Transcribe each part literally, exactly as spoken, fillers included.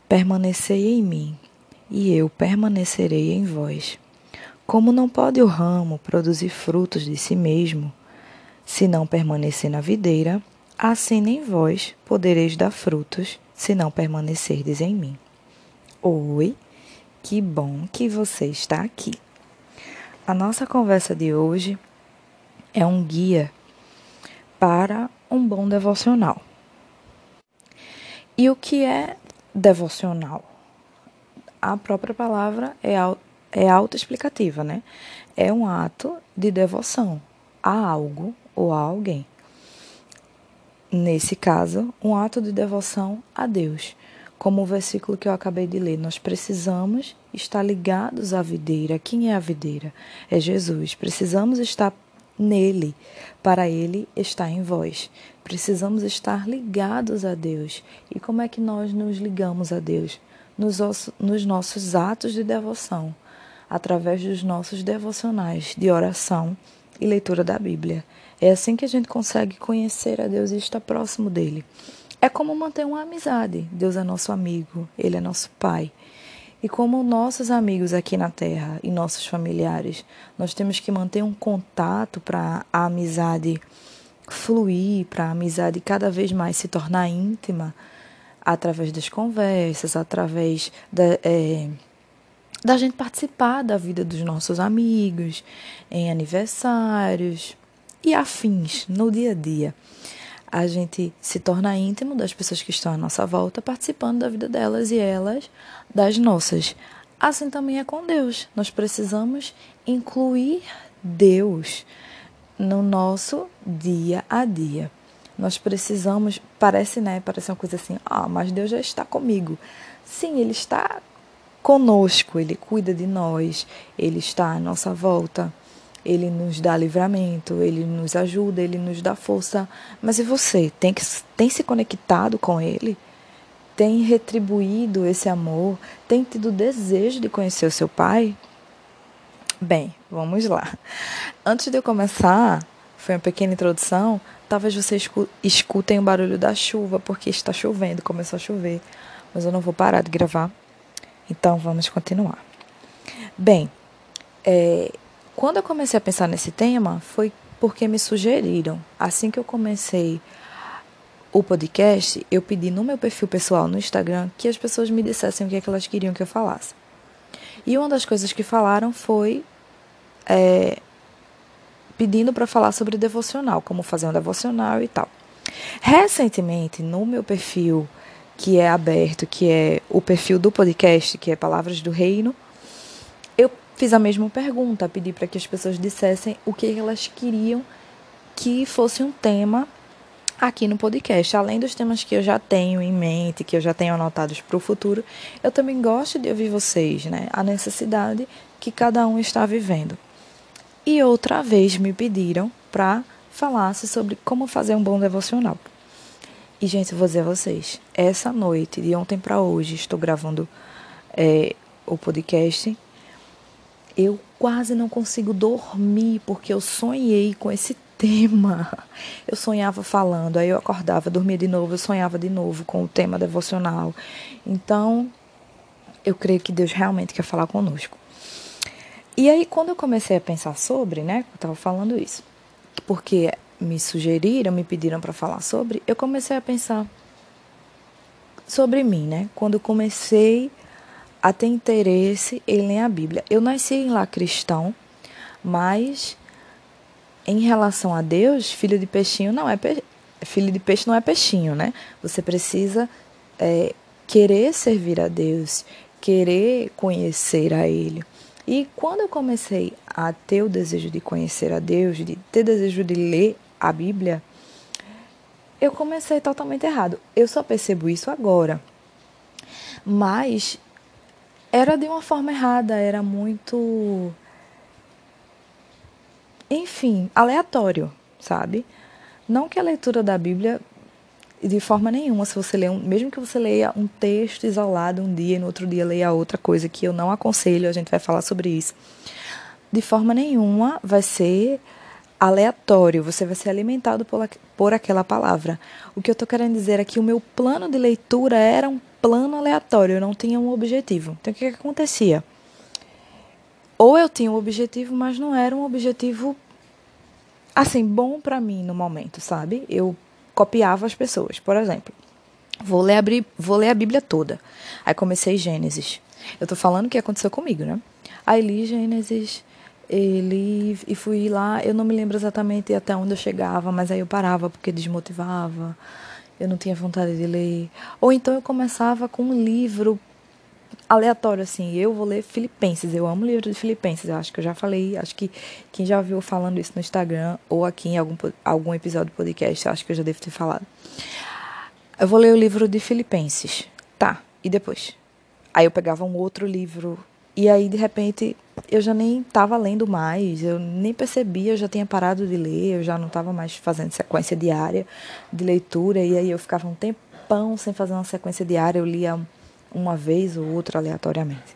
Permanecei em mim, e eu permanecerei em vós. Como não pode o ramo produzir frutos de si mesmo, se não permanecer na videira, assim nem vós podereis dar frutos, se não permanecerdes em mim. Oi, que bom que você está aqui. A nossa conversa de hoje é um guia para um bom devocional. E o que é devocional? A própria palavra é, é autoexplicativa, né? É um ato de devoção a algo ou a alguém. Nesse caso, um ato de devoção a Deus. Como o versículo que eu acabei de ler, nós precisamos estar ligados à videira. Quem é a videira? É Jesus. Precisamos estar nele, para ele estar em vós. Precisamos estar ligados a Deus. E como é que nós nos ligamos a Deus? Nos, nos nossos atos de devoção, através dos nossos devocionais de oração e leitura da Bíblia. É assim que a gente consegue conhecer a Deus e estar próximo dele. É como manter uma amizade. Deus é nosso amigo, ele é nosso pai. E como nossos amigos aqui na Terra e nossos familiares, nós temos que manter um contato para a amizade fluir, para a amizade cada vez mais se tornar íntima, através das conversas, através da, é, da gente participar da vida dos nossos amigos, em aniversários e afins, no dia a dia. A gente se torna íntimo das pessoas que estão à nossa volta, participando da vida delas e elas das nossas. Assim também é com Deus. Nós precisamos incluir Deus no nosso dia a dia. Nós precisamos, parece, né, parece uma coisa assim, ah, mas Deus já está comigo. Sim, Ele está conosco, Ele cuida de nós, Ele está à nossa volta. Ele nos dá livramento, Ele nos ajuda, Ele nos dá força. Mas e você? Tem, que, tem se conectado com Ele? Tem retribuído esse amor? Tem tido desejo de conhecer o seu Pai? Bem, vamos lá. Antes de eu começar, foi uma pequena introdução, talvez vocês escutem o barulho da chuva, porque está chovendo, começou a chover. Mas eu não vou parar de gravar, então vamos continuar. Bem, é... Quando eu comecei a pensar nesse tema, foi porque me sugeriram. Assim que eu comecei o podcast, eu pedi no meu perfil pessoal no Instagram que as pessoas me dissessem o que é que elas queriam que eu falasse. E uma das coisas que falaram foi é, pedindo para falar sobre devocional, como fazer um devocional e tal. Recentemente, no meu perfil, que é aberto, que é o perfil do podcast, que é Palavras do Reino, eu fiz a mesma pergunta, pedi para que as pessoas dissessem o que elas queriam que fosse um tema aqui no podcast. Além dos temas que eu já tenho em mente, que eu já tenho anotados para o futuro, eu também gosto de ouvir vocês, né? A necessidade que cada um está vivendo. E outra vez me pediram para falasse sobre como fazer um bom devocional. E, gente, vou dizer a vocês, essa noite, de ontem para hoje, estou gravando é, o podcast. Eu quase não consigo dormir porque eu sonhei com esse tema. Eu sonhava falando, aí eu acordava, dormia de novo, eu sonhava de novo com o tema devocional. Então, eu creio que Deus realmente quer falar conosco. E aí, quando eu comecei a pensar sobre, né, eu estava falando isso, porque me sugeriram, me pediram para falar sobre, eu comecei a pensar sobre mim, né? Quando eu comecei a ter interesse em ler a Bíblia. Eu nasci em lar cristão, mas em relação a Deus, filho de peixinho não é pe... filho de peixe não é peixinho, né? Você precisa é, querer servir a Deus, querer conhecer a Ele. E quando eu comecei a ter o desejo de conhecer a Deus, de ter desejo de ler a Bíblia, eu comecei totalmente errado. Eu só percebo isso agora. Mas era de uma forma errada, era muito, enfim, aleatório, sabe? Não que a leitura da Bíblia, de forma nenhuma, se você ler, um, mesmo que você leia um texto isolado um dia e no outro dia leia outra coisa, que eu não aconselho, a gente vai falar sobre isso, de forma nenhuma vai ser aleatório, você vai ser alimentado por, por aquela palavra. O que eu estou querendo dizer é que o meu plano de leitura era um plano aleatório, eu não tinha um objetivo. Então, o que, que acontecia? Ou eu tinha um objetivo, mas não era um objetivo, assim, bom para mim no momento, sabe? Eu copiava as pessoas, por exemplo. Vou ler, a, vou ler a Bíblia toda. Aí comecei Gênesis. Eu tô falando o que aconteceu comigo, né? Aí li Gênesis, e, li, e fui lá. Eu não me lembro exatamente até onde eu chegava, mas aí eu parava porque desmotivava. Eu não tinha vontade de ler. Ou então eu começava com um livro aleatório, assim. Eu vou ler Filipenses. Eu amo livro de Filipenses. Eu acho que eu já falei. Acho que quem já viu falando isso no Instagram ou aqui em algum, algum episódio do podcast, eu acho que eu já devo ter falado. Eu vou ler o livro de Filipenses. Tá, e depois? Aí eu pegava um outro livro. E aí, de repente, eu já nem estava lendo mais. Eu nem percebia, eu já tinha parado de ler. Eu já não estava mais fazendo sequência diária de leitura. E aí eu ficava um tempão sem fazer uma sequência diária. Eu lia uma vez ou outra aleatoriamente.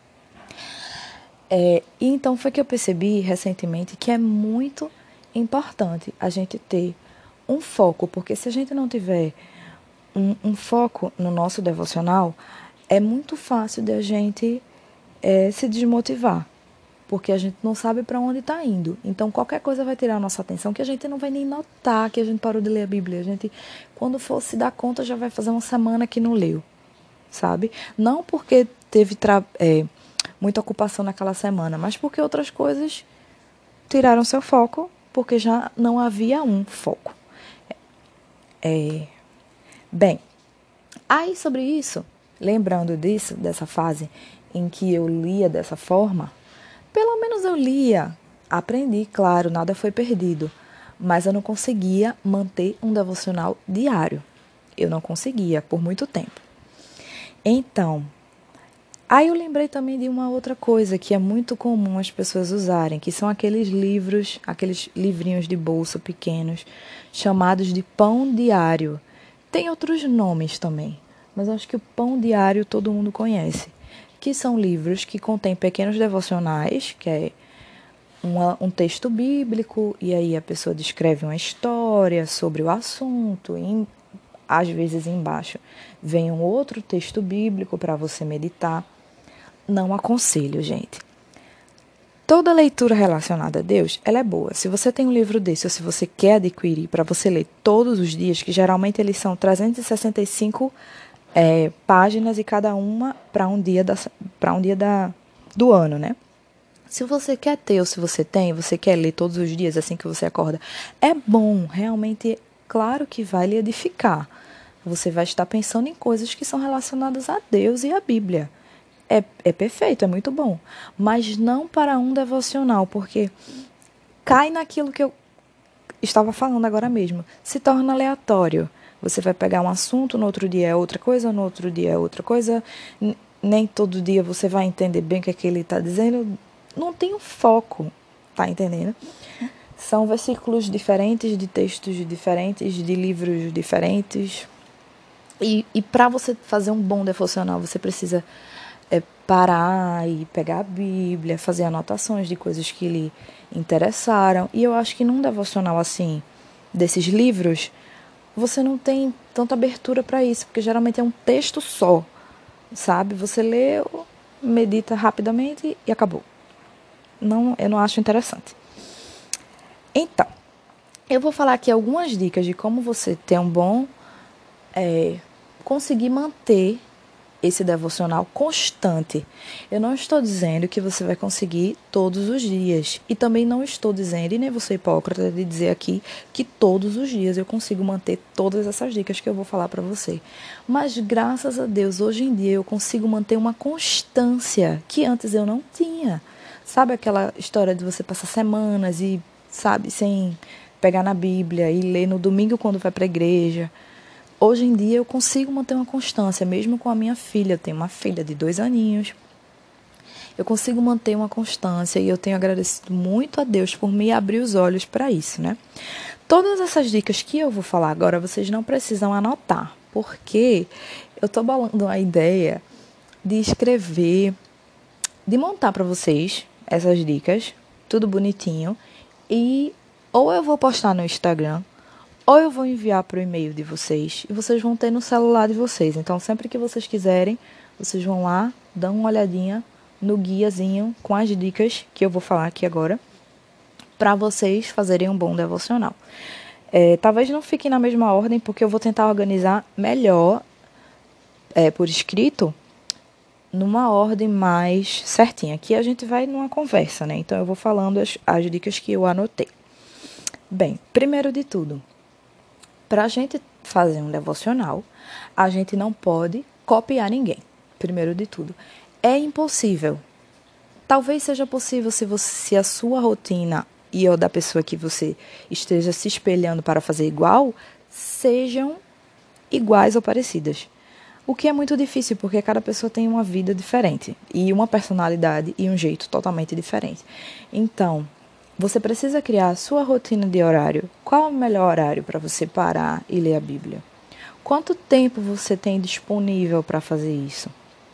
É, e então foi que eu percebi recentemente que é muito importante a gente ter um foco. Porque se a gente não tiver Um, um foco no nosso devocional, é muito fácil de a gente é, se desmotivar, porque a gente não sabe para onde está indo. Então, qualquer coisa vai tirar a nossa atenção, que a gente não vai nem notar que a gente parou de ler a Bíblia. A gente, quando for se dar conta, já vai fazer uma semana que não leu, sabe? Não porque teve é, muita ocupação naquela semana, mas porque outras coisas tiraram seu foco, porque já não havia um foco. É... Bem, aí sobre isso, lembrando disso, dessa fase em que eu lia dessa forma, pelo menos eu lia, aprendi, claro, nada foi perdido, mas eu não conseguia manter um devocional diário. Eu não conseguia por muito tempo. Então, aí eu lembrei também de uma outra coisa que é muito comum as pessoas usarem, que são aqueles livros, aqueles livrinhos de bolso pequenos, chamados de pão diário. Tem outros nomes também, mas acho que o pão diário todo mundo conhece, que são livros que contêm pequenos devocionais, que é uma, um texto bíblico, e aí a pessoa descreve uma história sobre o assunto, e às vezes embaixo vem um outro texto bíblico para você meditar. Não aconselho, gente. Toda leitura relacionada a Deus, ela é boa. Se você tem um livro desse, ou se você quer adquirir para você ler todos os dias, que geralmente eles são trezentas e sessenta e cinco é, páginas e cada uma para um dia, da, para um dia da, do ano, né? Se você quer ter ou se você tem, você quer ler todos os dias assim que você acorda, é bom, realmente, claro que vai lhe edificar. Você vai estar pensando em coisas que são relacionadas a Deus e à Bíblia. É, é perfeito, é muito bom. Mas não para um devocional, porque cai naquilo que eu estava falando agora mesmo. Se torna aleatório. Você vai pegar um assunto, no outro dia é outra coisa, no outro dia é outra coisa. Nem todo dia você vai entender bem o que é que ele está dizendo. Não tem um foco, tá entendendo? São versículos diferentes, de textos diferentes, de livros diferentes. E, e para você fazer um bom devocional, você precisa é, parar e pegar a Bíblia, fazer anotações de coisas que lhe interessaram. E eu acho que num devocional assim, desses livros, você não tem tanta abertura para isso, porque geralmente é um texto só, sabe? Você lê, medita rapidamente e acabou. Não, eu não acho interessante. Então, eu vou falar aqui algumas dicas de como você ter um bom... É, conseguir manter esse devocional constante. Eu não estou dizendo que você vai conseguir todos os dias. E também não estou dizendo, e nem vou ser hipócrita de dizer aqui, que todos os dias eu consigo manter todas essas dicas que eu vou falar para você. Mas graças a Deus, hoje em dia eu consigo manter uma constância que antes eu não tinha. Sabe aquela história de você passar semanas e, sabe, sem pegar na Bíblia e ler no domingo quando vai para a igreja? Hoje em dia eu consigo manter uma constância, mesmo com a minha filha. Eu tenho uma filha de dois aninhos. Eu consigo manter uma constância e eu tenho agradecido muito a Deus por me abrir os olhos para isso, né? Todas essas dicas que eu vou falar agora, vocês não precisam anotar, porque eu estou bolando a ideia de escrever, de montar para vocês essas dicas, tudo bonitinho, e Ou eu vou postar no Instagram, ou eu vou enviar para o e-mail de vocês, e vocês vão ter no celular de vocês. Então, sempre que vocês quiserem, vocês vão lá, dão uma olhadinha no guiazinho com as dicas que eu vou falar aqui agora, para vocês fazerem um bom devocional. É, talvez não fique na mesma ordem, porque eu vou tentar organizar melhor, é, por escrito, numa ordem mais certinha. Aqui a gente vai numa conversa, né? Então, eu vou falando as, as dicas que eu anotei. Bem, primeiro de tudo, para a gente fazer um devocional, a gente não pode copiar ninguém. Primeiro de tudo, é impossível. Talvez seja possível se, você, se a sua rotina e a da pessoa que você esteja se espelhando para fazer igual, sejam iguais ou parecidas. O que é muito difícil, porque cada pessoa tem uma vida diferente, e uma personalidade e um jeito totalmente diferente. Então, você precisa criar a sua rotina de horário. Qual é o melhor horário para você parar e ler a Bíblia? Quanto tempo você tem disponível para fazer isso?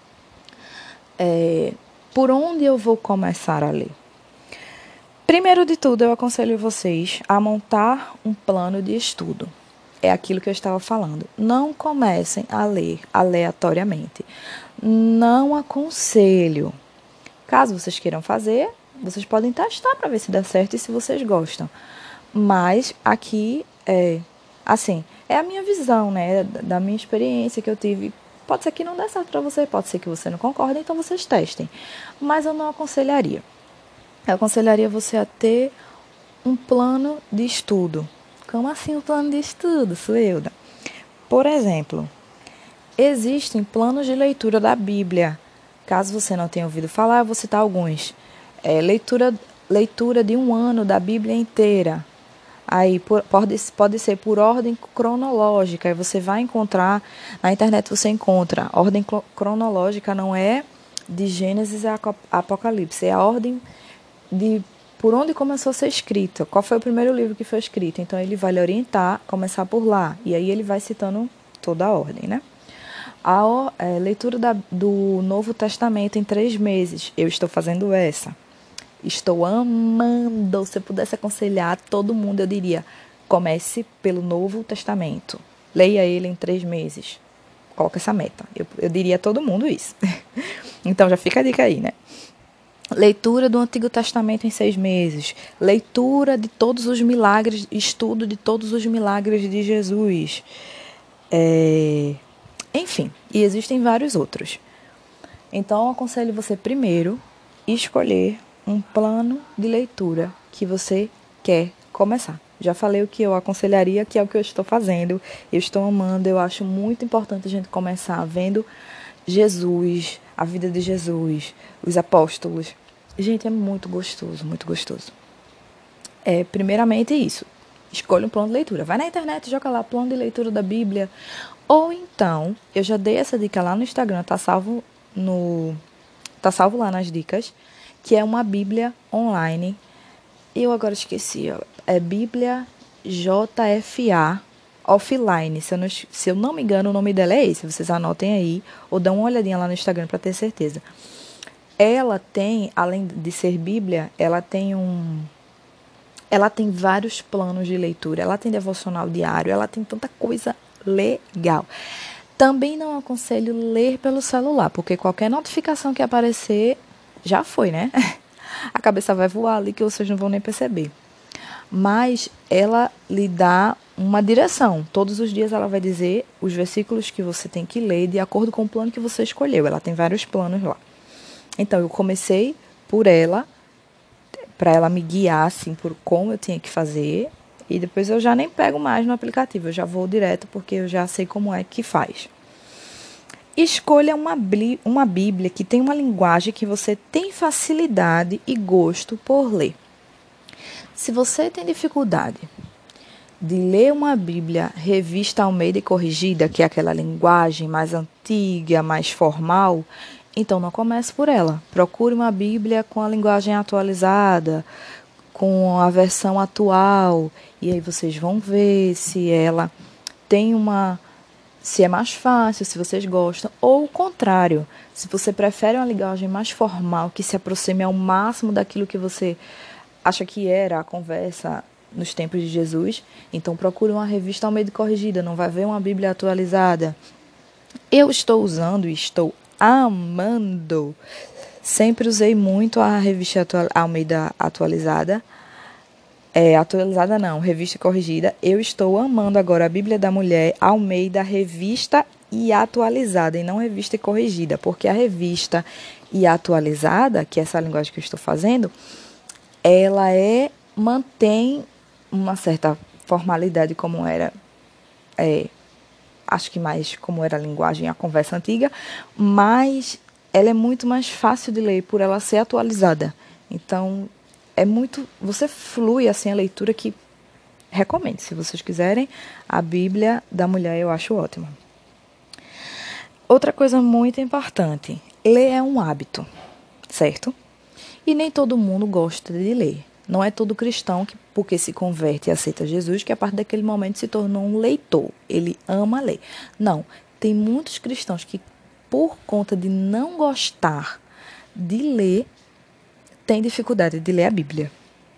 É, por onde eu vou começar a ler? Primeiro de tudo, eu aconselho vocês a montar um plano de estudo. É aquilo que eu estava falando. Não comecem a ler aleatoriamente. Não aconselho. Caso vocês queiram fazer, vocês podem testar para ver se dá certo e se vocês gostam. Mas aqui é assim, é a minha visão, né, da minha experiência que eu tive. Pode ser que não dê certo para você, pode ser que você não concorde, então vocês testem. Mas eu não aconselharia. Eu aconselharia você a ter um plano de estudo. Como assim um plano de estudo, Suelda? Por exemplo, existem planos de leitura da Bíblia. Caso você não tenha ouvido falar, eu vou citar alguns. É, leitura, leitura de um ano da Bíblia inteira. Aí por, pode, pode ser por ordem cronológica. Aí você vai encontrar, na internet você encontra. Ordem cronológica não é de Gênesis a Apocalipse, é a ordem de por onde começou a ser escrita, qual foi o primeiro livro que foi escrito. Então, ele vai lhe orientar, começar por lá. E aí ele vai citando toda a ordem, né? A é, leitura da, do Novo Testamento em três meses. Eu estou fazendo essa. Estou amando. Se eu pudesse aconselhar todo mundo, eu diria, comece pelo Novo Testamento. Leia ele em três meses. Coloca essa meta. Eu, eu diria a todo mundo isso. Então, já fica a dica aí, né? Leitura do Antigo Testamento em seis meses. Leitura de todos os milagres, estudo de todos os milagres de Jesus. É, enfim, e existem vários outros. Então, eu aconselho você primeiro escolher um plano de leitura que você quer começar. Já falei o que eu aconselharia, que é o que eu estou fazendo. Eu estou amando, eu acho muito importante a gente começar vendo Jesus, a vida de Jesus, os apóstolos. Gente, é muito gostoso, muito gostoso. É, primeiramente isso. Escolha um plano de leitura. Vai na internet, joga lá, plano de leitura da Bíblia. Ou então, eu já dei essa dica lá no Instagram, tá salvo, no, tá salvo lá nas dicas, que é uma Bíblia online. Eu agora esqueci, ó, é Bíblia J F A offline. Se eu, não, se eu não me engano, o nome dela é esse. Vocês anotem aí ou dão uma olhadinha lá no Instagram para ter certeza. Ela tem, além de ser Bíblia, ela tem um... Ela tem vários planos de leitura. Ela tem devocional diário. Ela tem tanta coisa legal. Também não aconselho ler pelo celular, porque qualquer notificação que aparecer, já foi, né? A cabeça vai voar ali que vocês não vão nem perceber. Mas ela lhe dá uma direção. Todos os dias ela vai dizer os versículos que você tem que ler de acordo com o plano que você escolheu. Ela tem vários planos lá. Então, eu comecei por ela, para ela me guiar, assim, por como eu tinha que fazer. E depois eu já nem pego mais no aplicativo. Eu já vou direto, porque eu já sei como é que faz. Escolha uma, uma Bíblia que tem uma linguagem que você tem facilidade e gosto por ler. Se você tem dificuldade de ler uma Bíblia revista Almeida e corrigida, que é aquela linguagem mais antiga, mais formal, então não comece por ela. Procure uma Bíblia com a linguagem atualizada, com a versão atual, e aí vocês vão ver se ela tem uma... se é mais fácil, se vocês gostam, ou o contrário, se você prefere uma linguagem mais formal, que se aproxime ao máximo daquilo que você acha que era a conversa nos tempos de Jesus, então procure uma revista Almeida Corrigida, não vai ver uma Bíblia atualizada. Eu estou usando e estou amando. Sempre usei muito a revista Almeida atualizada. É, atualizada não, revista corrigida. Eu estou amando agora a Bíblia da Mulher Almeida revista e atualizada, e não revista e corrigida, porque a revista e atualizada, que é essa linguagem que eu estou fazendo, ela é, mantém uma certa formalidade como era, é, acho que mais como era a linguagem, a conversa antiga, mas ela é muito mais fácil de ler por ela ser atualizada. Então, é muito, você flui assim a leitura, que recomendo, se vocês quiserem, a Bíblia da Mulher eu acho ótima. Outra coisa muito importante, ler é um hábito, certo? E nem todo mundo gosta de ler. Não é todo cristão que, porque se converte e aceita Jesus, que a partir daquele momento se tornou um leitor. Ele ama ler. Não, tem muitos cristãos que, por conta de não gostar de ler, têm dificuldade de ler a Bíblia.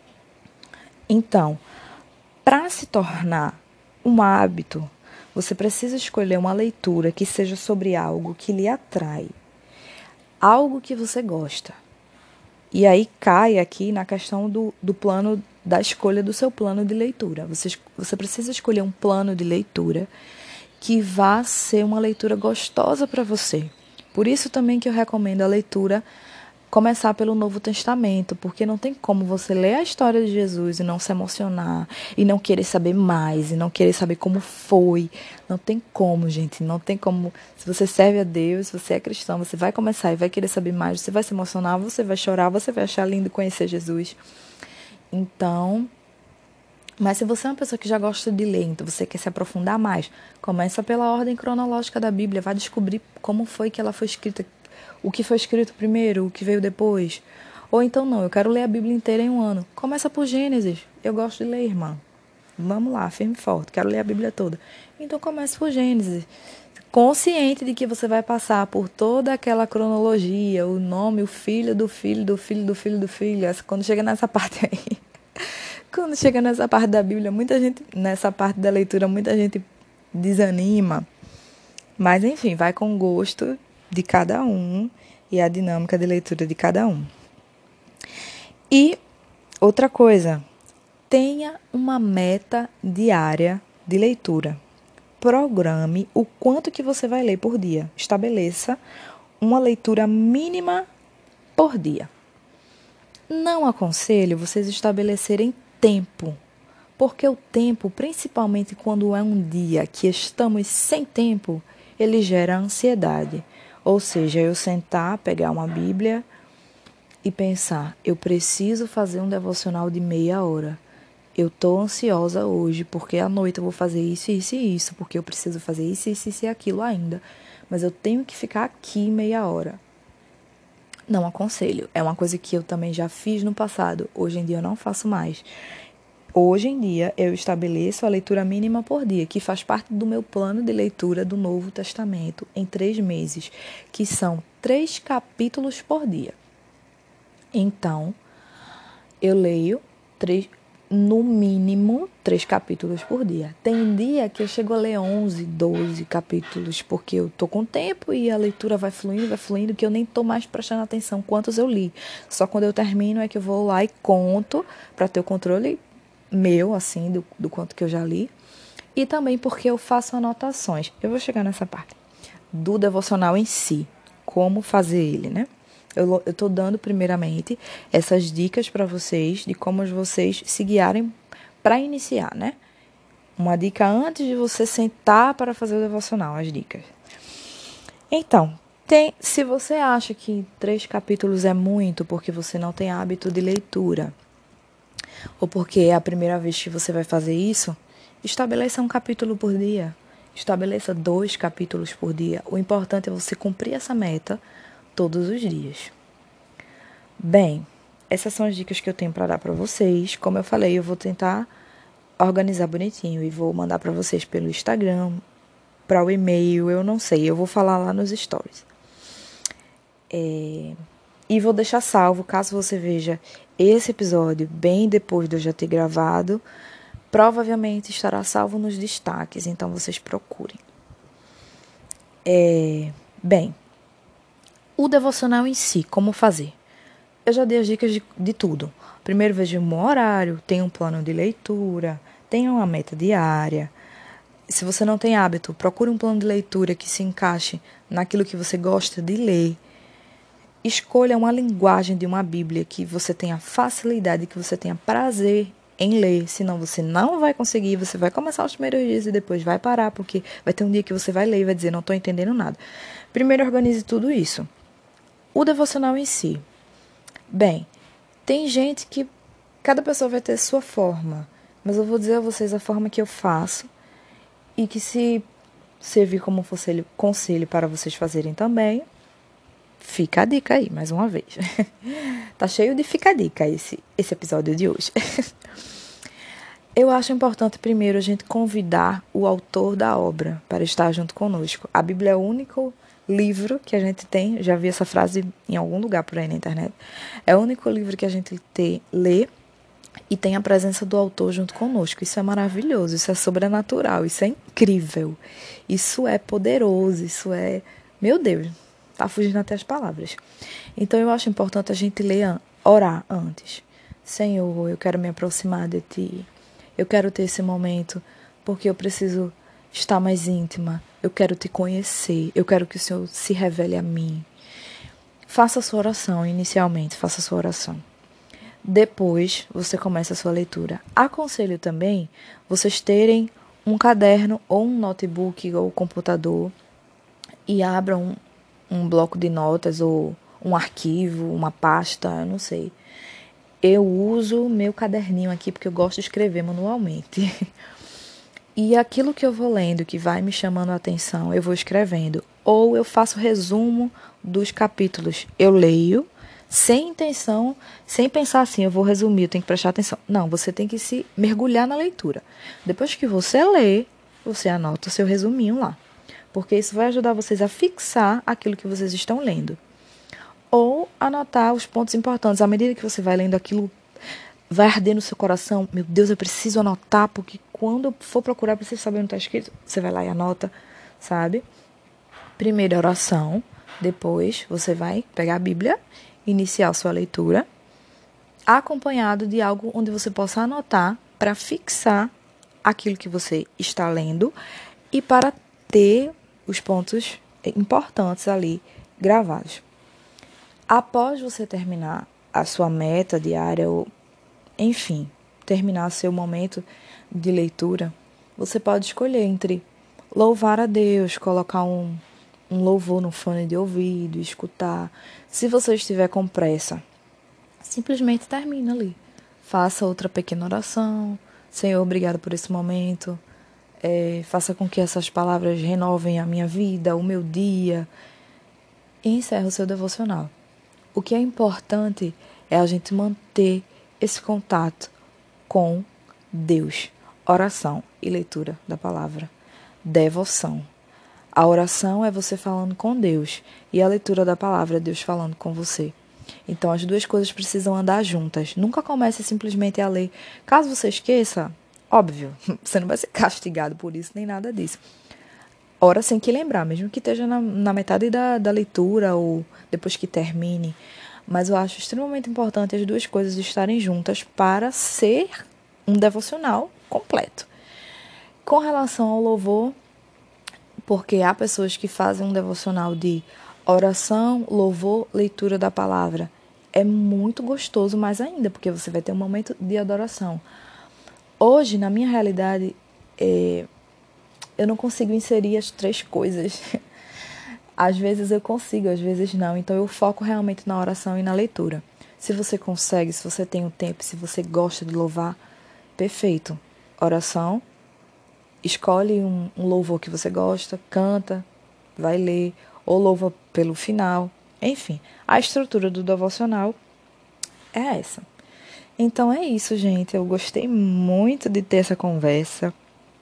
Então, para se tornar um hábito, você precisa escolher uma leitura que seja sobre algo que lhe atrai, algo que você gosta. E aí cai aqui na questão do, do plano, da escolha do seu plano de leitura. Você, você precisa escolher um plano de leitura que vá ser uma leitura gostosa para você. Por isso também que eu recomendo a leitura começar pelo Novo Testamento, porque não tem como você ler a história de Jesus e não se emocionar, e não querer saber mais, e não querer saber como foi. Não tem como, gente, não tem como. Se você serve a Deus, se você é cristão, você vai começar e vai querer saber mais, você vai se emocionar, você vai chorar, você vai achar lindo conhecer Jesus. Então, mas se você é uma pessoa que já gosta de ler, então você quer se aprofundar mais, começa pela ordem cronológica da Bíblia, vai descobrir como foi que ela foi escrita, o que foi escrito primeiro, o que veio depois. Ou então não, eu quero ler a Bíblia inteira em um ano. Começa por Gênesis. Eu gosto de ler, irmã. Vamos lá, firme e forte, quero ler a Bíblia toda. Então comece por Gênesis. Consciente de que você vai passar por toda aquela cronologia, o nome, o filho do filho, do filho, do filho, do filho. Quando chega nessa parte aí, quando chega nessa parte da Bíblia, muita gente, nessa parte da leitura, muita gente desanima. Mas enfim, vai com gosto de cada um e a dinâmica de leitura de cada um. E outra coisa, tenha uma meta diária de leitura. Programe o quanto que você vai ler por dia. Estabeleça uma leitura mínima por dia. Não aconselho vocês estabelecerem tempo, porque o tempo, principalmente quando é um dia que estamos sem tempo, ele gera ansiedade. Ou seja, eu sentar, pegar uma Bíblia e pensar, eu preciso fazer um devocional de meia hora. Eu estou ansiosa hoje, porque à noite eu vou fazer isso, isso e isso, porque eu preciso fazer isso, isso, isso e aquilo ainda. Mas eu tenho que ficar aqui meia hora. Não aconselho. É uma coisa que eu também já fiz no passado. Hoje em dia eu não faço mais. Hoje em dia eu estabeleço a leitura mínima por dia, que faz parte do meu plano de leitura do Novo Testamento em três meses, que são três capítulos por dia. Então, eu leio três, no mínimo três capítulos por dia. Tem dia que eu chego a ler onze, doze capítulos, porque eu tô com tempo e a leitura vai fluindo, vai fluindo, que eu nem tô mais prestando atenção quantos eu li. Só quando eu termino é que eu vou lá e conto, para ter o controle meu, assim, do, do quanto que eu já li. E também porque eu faço anotações. Eu vou chegar nessa parte do devocional em si, como fazer ele, né? Eu estou dando, primeiramente, essas dicas para vocês de como vocês se guiarem para iniciar, né? Uma dica antes de você sentar para fazer o devocional, as dicas. Então, tem, se você acha que três capítulos é muito porque você não tem hábito de leitura, ou porque é a primeira vez que você vai fazer isso, estabeleça um capítulo por dia. Estabeleça dois capítulos por dia. O importante é você cumprir essa meta todos os dias. Bem, essas são as dicas que eu tenho para dar para vocês. Como eu falei, eu vou tentar organizar bonitinho e vou mandar para vocês pelo Instagram, para o e-mail, eu não sei, eu vou falar lá nos stories. É... E vou deixar salvo, caso você veja esse episódio bem depois de eu já ter gravado, provavelmente estará salvo nos destaques, então vocês procurem. É, bem, o devocional em si, como fazer? Eu já dei as dicas de, de tudo. Primeiro, veja um horário, tenha um plano de leitura, tenha uma meta diária. Se você não tem hábito, procure um plano de leitura que se encaixe naquilo que você gosta de ler. Escolha uma linguagem de uma Bíblia que você tenha facilidade, que você tenha prazer em ler, senão você não vai conseguir, você vai começar os primeiros dias e depois vai parar, porque vai ter um dia que você vai ler e vai dizer, não estou entendendo nada. Primeiro, organize tudo isso. O devocional em si. Bem, tem gente que cada pessoa vai ter sua forma, mas eu vou dizer a vocês a forma que eu faço e que se servir como conselho, conselho para vocês fazerem também, fica a dica aí, mais uma vez. Tá cheio de fica a dica esse, esse episódio de hoje. Eu acho importante primeiro a gente convidar o autor da obra para estar junto conosco. A Bíblia é o único livro que a gente tem, já vi essa frase em algum lugar por aí na internet, é o único livro que a gente tem, lê e tem a presença do autor junto conosco. Isso é maravilhoso, isso é sobrenatural, isso é incrível, isso é poderoso, isso é... Meu Deus, tá fugindo até as palavras. Então eu acho importante a gente ler, orar antes. Senhor, eu quero me aproximar de Ti. Eu quero ter esse momento porque eu preciso estar mais íntima. Eu quero Te conhecer. Eu quero que o Senhor se revele a mim. Faça a sua oração inicialmente, faça a sua oração. Depois, você começa a sua leitura. Aconselho também vocês terem um caderno ou um notebook ou computador e abram um, um bloco de notas ou um arquivo, uma pasta, eu não sei. Eu uso meu caderninho aqui porque eu gosto de escrever manualmente. E aquilo que eu vou lendo, que vai me chamando a atenção, eu vou escrevendo. Ou eu faço resumo dos capítulos. Eu leio sem intenção, sem pensar assim, eu vou resumir, eu tenho que prestar atenção. Não, você tem que se mergulhar na leitura. Depois que você lê, você anota o seu resuminho lá. Porque isso vai ajudar vocês a fixar aquilo que vocês estão lendo. Ou anotar os pontos importantes. À medida que você vai lendo aquilo, vai arder no seu coração. Meu Deus, eu preciso anotar, porque quando eu for procurar, eu preciso saber onde está escrito. Você vai lá e anota, sabe? Primeiro a oração. Depois você vai pegar a Bíblia, iniciar a sua leitura, acompanhado de algo onde você possa anotar para fixar aquilo que você está lendo e para ter os pontos importantes ali gravados. Após você terminar a sua meta diária, ou, enfim, terminar seu momento de leitura, você pode escolher entre louvar a Deus, colocar um, um louvor no fone de ouvido, escutar. Se você estiver com pressa, simplesmente termina ali. Faça outra pequena oração. Senhor, obrigado por esse momento. É, faça com que essas palavras renovem a minha vida, o meu dia. E encerra o seu devocional. O que é importante é a gente manter esse contato com Deus. Oração e leitura da palavra. Devoção. A oração é você falando com Deus e a leitura da palavra é Deus falando com você. Então as duas coisas precisam andar juntas. Nunca comece simplesmente a ler. Caso você esqueça, óbvio, você não vai ser castigado por isso nem nada disso. Ora sem que lembrar, mesmo que esteja na, na metade da, da leitura ou depois que termine. Mas eu acho extremamente importante as duas coisas estarem juntas para ser um devocional completo. Com relação ao louvor, porque há pessoas que fazem um devocional de oração, louvor, leitura da palavra. É muito gostoso mais ainda, porque você vai ter um momento de adoração. Hoje, na minha realidade, é... eu não consigo inserir as três coisas. Às vezes eu consigo, às vezes não. Então eu foco realmente na oração e na leitura. Se você consegue, se você tem o tempo, se você gosta de louvar, perfeito. Oração, escolhe um, um louvor que você gosta, canta, vai ler, ou louva pelo final. Enfim, a estrutura do devocional é essa. Então é isso, gente. Eu gostei muito de ter essa conversa.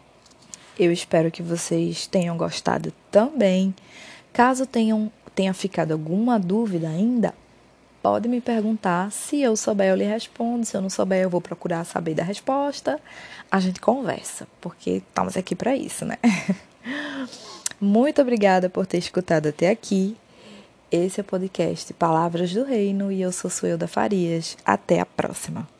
Eu espero que vocês tenham gostado também. Caso tenham, tenha ficado alguma dúvida ainda, pode me perguntar. Se eu souber, eu lhe respondo. Se eu não souber, eu vou procurar saber da resposta. A gente conversa, porque estamos aqui para isso, né? Muito obrigada por ter escutado até aqui. Esse é o podcast Palavras do Reino e eu sou Suelda Farias. Até a próxima.